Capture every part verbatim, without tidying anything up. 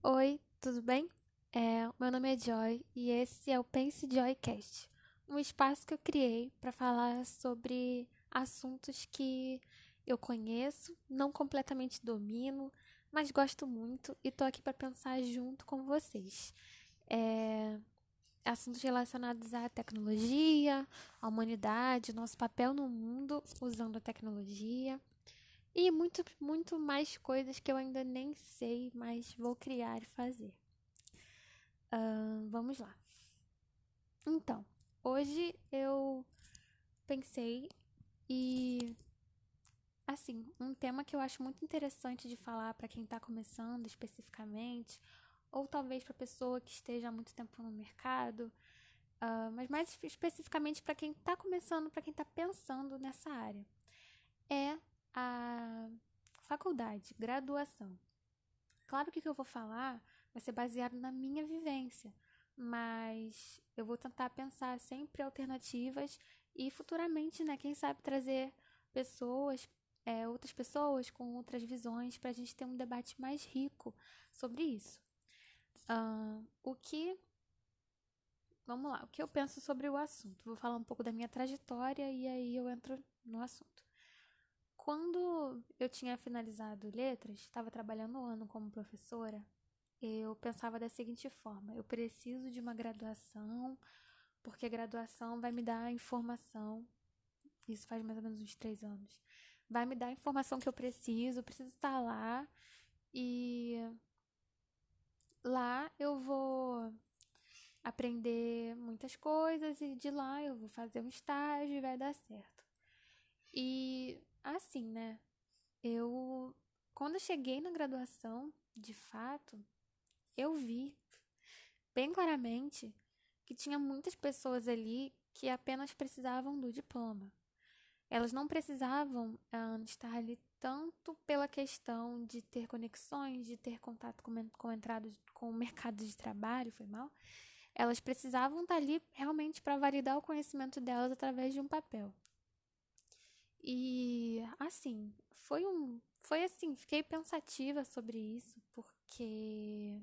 Oi, tudo bem? É, meu nome é Joy e esse é o Pense Joycast, um espaço que eu criei para falar sobre assuntos que eu conheço, não completamente domino, mas gosto muito e tô aqui para pensar junto com vocês. É, assuntos relacionados à tecnologia, à humanidade, nosso papel no mundo usando a tecnologia. E muito, muito mais coisas que eu ainda nem sei, mas vou criar e fazer. Ahn, vamos lá. Então, hoje eu pensei e, assim, um tema que eu acho muito interessante de falar para quem está começando especificamente, ou talvez para pessoa que esteja há muito tempo no mercado, ah, mas mais especificamente para quem está começando, para quem está pensando nessa área, é a faculdade, graduação. Claro que o que eu vou falar vai ser baseado na minha vivência, mas eu vou tentar pensar sempre alternativas e futuramente, né, quem sabe trazer pessoas, é, outras pessoas com outras visões para a gente ter um debate mais rico sobre isso. Ahn, o que, vamos lá, o que eu penso sobre o assunto? Vou falar um pouco da minha trajetória e aí eu entro no assunto. Quando eu tinha finalizado letras, estava trabalhando um ano como professora, eu pensava da seguinte forma: eu preciso de uma graduação, porque a graduação vai me dar a informação. Isso faz mais ou menos uns três anos. Vai me dar a informação que eu preciso, eu preciso estar lá e lá eu vou aprender muitas coisas e de lá eu vou fazer um estágio e vai dar certo. E assim, né? Eu, quando eu cheguei na graduação, de fato, eu vi bem claramente que tinha muitas pessoas ali que apenas precisavam do diploma. Elas não precisavam ah, estar ali tanto pela questão de ter conexões, de ter contato com, com entrada com o mercado de trabalho, foi mal. Elas precisavam estar ali realmente para validar o conhecimento delas através de um papel. E assim, foi um, foi assim, fiquei pensativa sobre isso, porque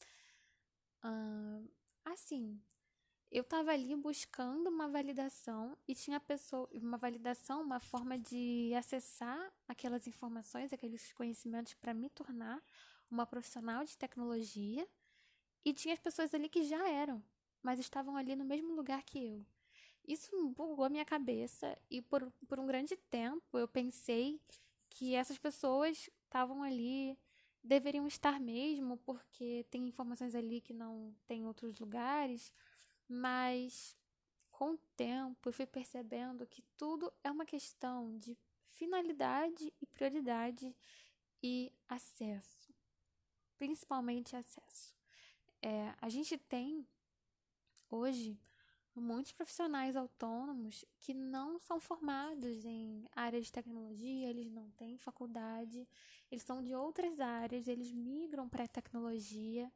ah, assim, eu estava ali buscando uma validação e tinha pessoa, uma validação, uma forma de acessar aquelas informações, aqueles conhecimentos para me tornar uma profissional de tecnologia. E tinha as pessoas ali que já eram, mas estavam ali no mesmo lugar que eu. Isso bugou a minha cabeça e por, por um grande tempo eu pensei que essas pessoas estavam ali, deveriam estar mesmo, porque tem informações ali que não tem em outros lugares, mas com o tempo eu fui percebendo que tudo é uma questão de finalidade e prioridade e acesso, principalmente acesso. É, a gente tem hoje muitos profissionais autônomos que não são formados em áreas de tecnologia, eles não têm faculdade, eles são de outras áreas, eles migram para a tecnologia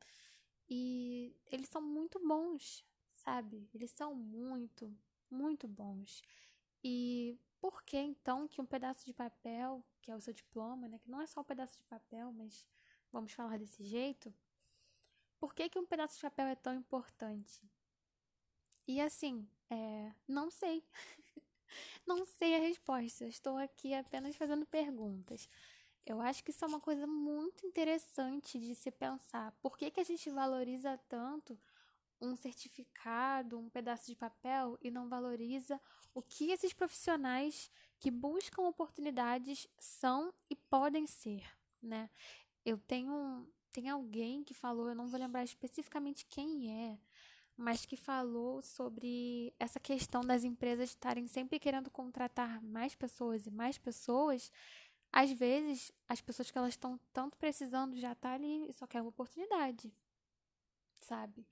e eles são muito bons, sabe? Eles são muito, muito bons. E por que então que um pedaço de papel, que é o seu diploma, né, que não é só um pedaço de papel, mas vamos falar desse jeito, por que que um pedaço de papel é tão importante? E assim, é, não sei. Não sei a resposta. Estou aqui apenas fazendo perguntas. Eu acho que isso é uma coisa muito interessante de se pensar. Por que que a gente valoriza tanto um certificado, um pedaço de papel e não valoriza o que esses profissionais que buscam oportunidades são e podem ser, né? Eu tenho tem alguém que falou, eu não vou lembrar especificamente quem é, mas que falou sobre essa questão das empresas estarem sempre querendo contratar mais pessoas e mais pessoas. Às vezes, as pessoas que elas estão tanto precisando já tá ali e só quer uma oportunidade, sabe?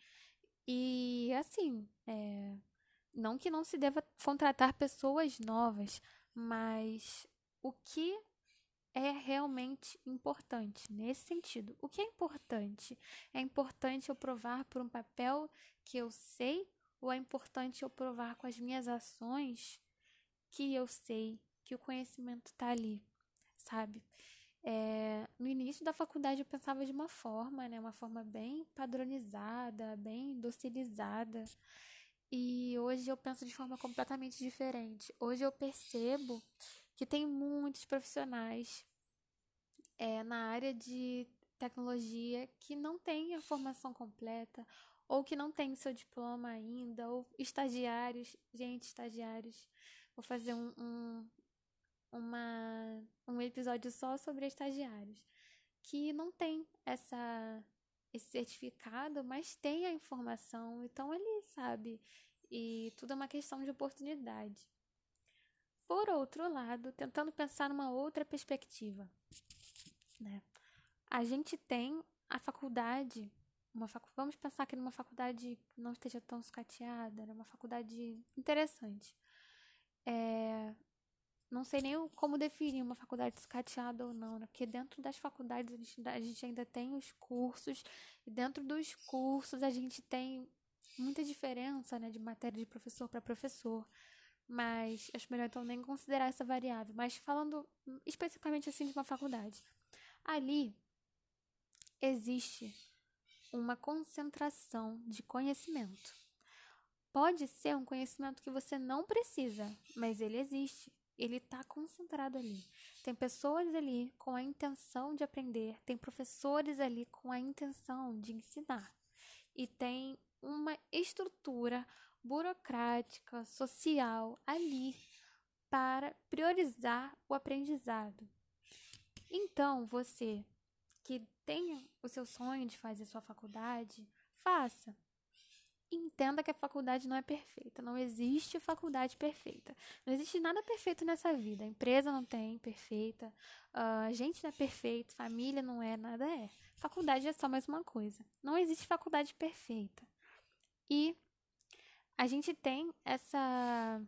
E assim, é, não que não se deva contratar pessoas novas, mas o que é realmente importante nesse sentido? O que é importante? É importante eu provar por um papel que eu sei ou é importante eu provar com as minhas ações que eu sei que o conhecimento está ali, sabe? É, no início da faculdade eu pensava de uma forma, né? Uma forma bem padronizada, bem docilizada. E hoje eu penso de forma completamente diferente. Hoje eu percebo que tem muitos profissionais é, na área de tecnologia que não têm a formação completa, ou que não têm seu diploma ainda, ou estagiários, gente, estagiários. Vou fazer um, um, uma, um episódio só sobre estagiários, que não tem essa, esse certificado, mas tem a informação, então ele sabe. E tudo é uma questão de oportunidade. Por outro lado, tentando pensar numa outra perspectiva, né? A gente tem a faculdade, uma facu... vamos pensar que numa faculdade que não esteja tão sucateada, era uma faculdade interessante. É... Não sei nem como definir uma faculdade sucateada ou não, né? Porque dentro das faculdades a gente, a gente ainda tem os cursos, e dentro dos cursos a gente tem muita diferença, né, de matéria de professor para professor. Mas acho melhor então nem considerar essa variável. Mas falando especificamente assim de uma faculdade, ali existe uma concentração de conhecimento. Pode ser um conhecimento que você não precisa, mas ele existe. Ele está concentrado ali. Tem pessoas ali com a intenção de aprender, tem professores ali com a intenção de ensinar. E tem uma estrutura burocrática, social ali para priorizar o aprendizado. Então, você que tem o seu sonho de fazer sua faculdade, faça. Entenda que a faculdade não é perfeita. Não existe faculdade perfeita. Não existe nada perfeito nessa vida. A empresa não tem perfeita. A gente não é perfeito. Família não é, nada é. Faculdade é só mais uma coisa. Não existe faculdade perfeita. E a gente tem essa...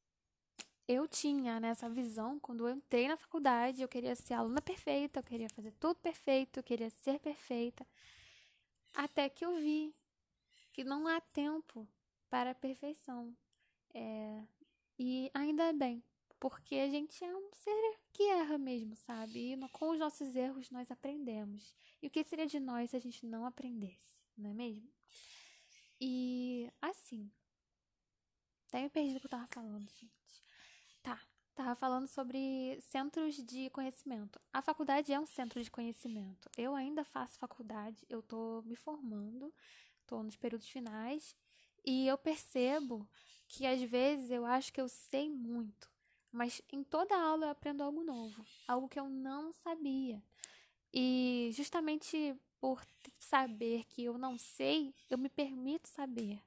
Eu tinha, né, essa visão quando eu entrei na faculdade. Eu queria ser aluna perfeita. Eu queria fazer tudo perfeito. Eu queria ser perfeita. Até que eu vi que não há tempo para a perfeição. É, e ainda bem, porque a gente é um ser que erra mesmo, sabe? E no, com os nossos erros nós aprendemos. E o que seria de nós se a gente não aprendesse, não é mesmo? E assim, até me perdi do que eu tava falando, gente. Tá, tava falando sobre centros de conhecimento. A faculdade é um centro de conhecimento. Eu ainda faço faculdade, eu tô me formando, tô nos períodos finais, e eu percebo que às vezes eu acho que eu sei muito, mas em toda aula eu aprendo algo novo, algo que eu não sabia. E justamente por saber que eu não sei, eu me permito saber.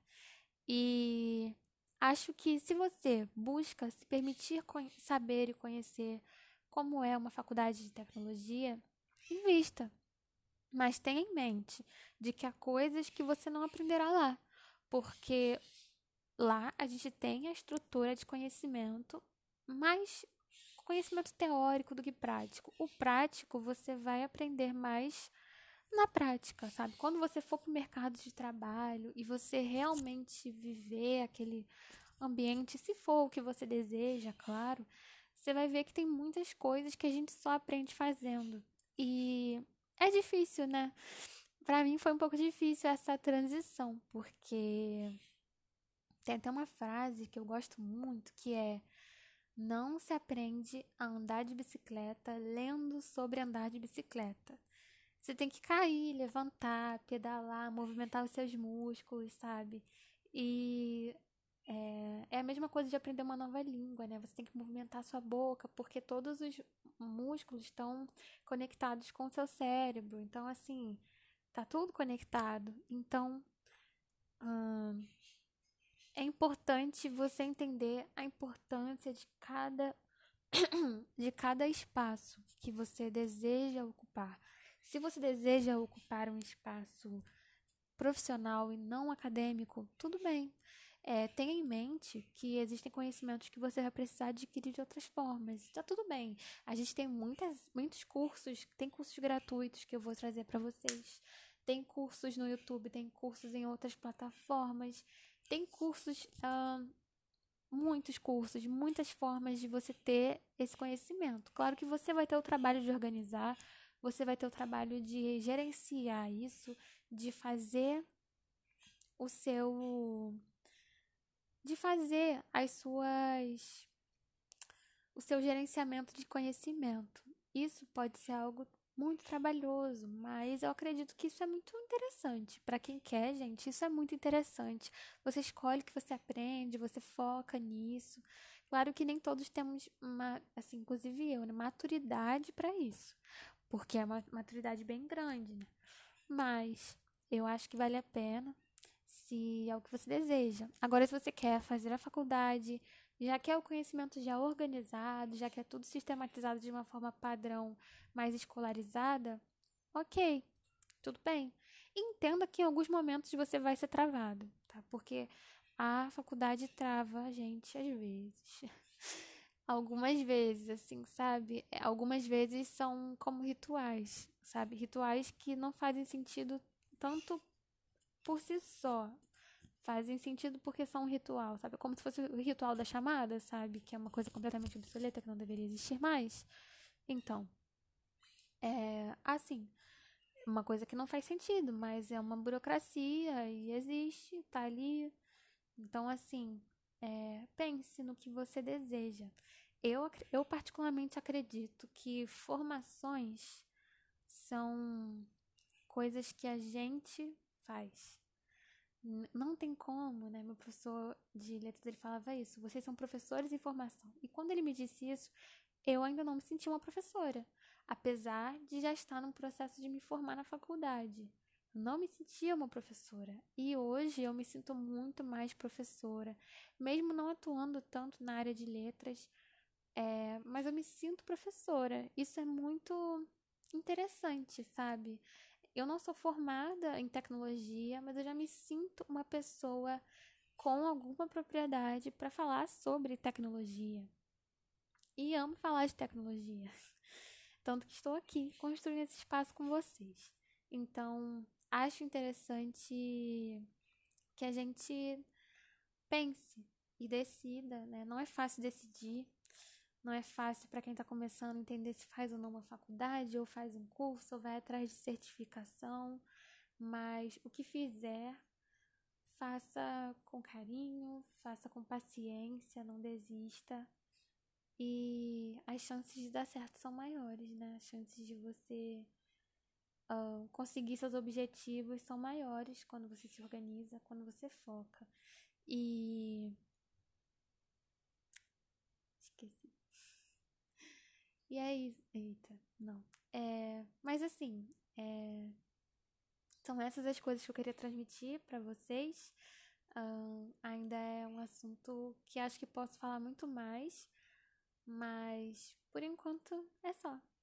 E acho que se você busca se permitir saber e conhecer como é uma faculdade de tecnologia, invista. Mas tenha em mente de que há coisas que você não aprenderá lá, porque lá a gente tem a estrutura de conhecimento, mais conhecimento teórico do que prático. O prático você vai aprender mais na prática, sabe? Quando você for para o mercado de trabalho e você realmente viver aquele ambiente, se for o que você deseja, claro, você vai ver que tem muitas coisas que a gente só aprende fazendo. E é difícil, né? Para mim foi um pouco difícil essa transição, porque tem até uma frase que eu gosto muito, que é: não se aprende a andar de bicicleta lendo sobre andar de bicicleta. Você tem que cair, levantar, pedalar, movimentar os seus músculos, sabe? E é, é a mesma coisa de aprender uma nova língua, né? Você tem que movimentar a sua boca, porque todos os músculos estão conectados com o seu cérebro. Então, assim, tá tudo conectado. Então, hum, é importante você entender a importância de cada de cada espaço que você deseja ocupar. Se você deseja ocupar um espaço profissional e não acadêmico, tudo bem. É, tenha em mente que existem conhecimentos que você vai precisar adquirir de outras formas. Tá tudo bem. A gente tem muitas, muitos cursos, tem cursos gratuitos que eu vou trazer para vocês. Tem cursos no YouTube, tem cursos em outras plataformas, tem cursos. Hum, muitos cursos, muitas formas de você ter esse conhecimento. Claro que você vai ter o trabalho de organizar, você vai ter o trabalho de gerenciar isso, de fazer o seu, de fazer as suas, o seu gerenciamento de conhecimento. Isso pode ser algo muito trabalhoso, mas eu acredito que isso é muito interessante. Para quem quer, gente, isso é muito interessante. Você escolhe o que você aprende, você foca nisso. Claro que nem todos temos uma, assim, inclusive eu, né, maturidade para isso, porque é uma maturidade bem grande, né? Mas eu acho que vale a pena se é o que você deseja. Agora, se você quer fazer a faculdade, já quer o conhecimento já organizado, já quer tudo sistematizado de uma forma padrão, mais escolarizada, ok, tudo bem. Entenda que em alguns momentos você vai ser travado, tá? Porque a faculdade trava a gente às vezes. Algumas vezes, assim, sabe? É, algumas vezes são como rituais, sabe? Rituais que não fazem sentido tanto por si só. Fazem sentido porque são um ritual, sabe? Como se fosse o ritual da chamada, sabe? Que é uma coisa completamente obsoleta, que não deveria existir mais. Então, é assim, uma coisa que não faz sentido, mas é uma burocracia e existe, tá ali. Então, assim, é, pense no que você deseja. Eu, acre- eu particularmente acredito que formações são coisas que a gente faz. N- Não tem como, né? Meu professor de letras, ele falava isso. Vocês são professores em formação. E quando ele me disse isso, eu ainda não me senti uma professora, apesar de já estar num processo de me formar na faculdade. Não me sentia uma professora. E hoje eu me sinto muito mais professora, mesmo não atuando tanto na área de letras, é, mas eu me sinto professora. Isso é muito interessante, sabe? Eu não sou formada em tecnologia, mas eu já me sinto uma pessoa com alguma propriedade para falar sobre tecnologia. E amo falar de tecnologia. Tanto que estou aqui construindo esse espaço com vocês. Então, acho interessante que a gente pense e decida, né? Não é fácil decidir, não é fácil para quem está começando entender se faz ou não uma faculdade, ou faz um curso, ou vai atrás de certificação, mas o que fizer, faça com carinho, faça com paciência, não desista. E as chances de dar certo são maiores, né? As chances de você ah, conseguir seus objetivos são maiores quando você se organiza, quando você foca. E. Esqueci. E é isso. Eita, não. É, mas assim, é, são essas as coisas que eu queria transmitir para vocês. Ahn, ainda é um assunto que acho que posso falar muito mais, mas por enquanto é só.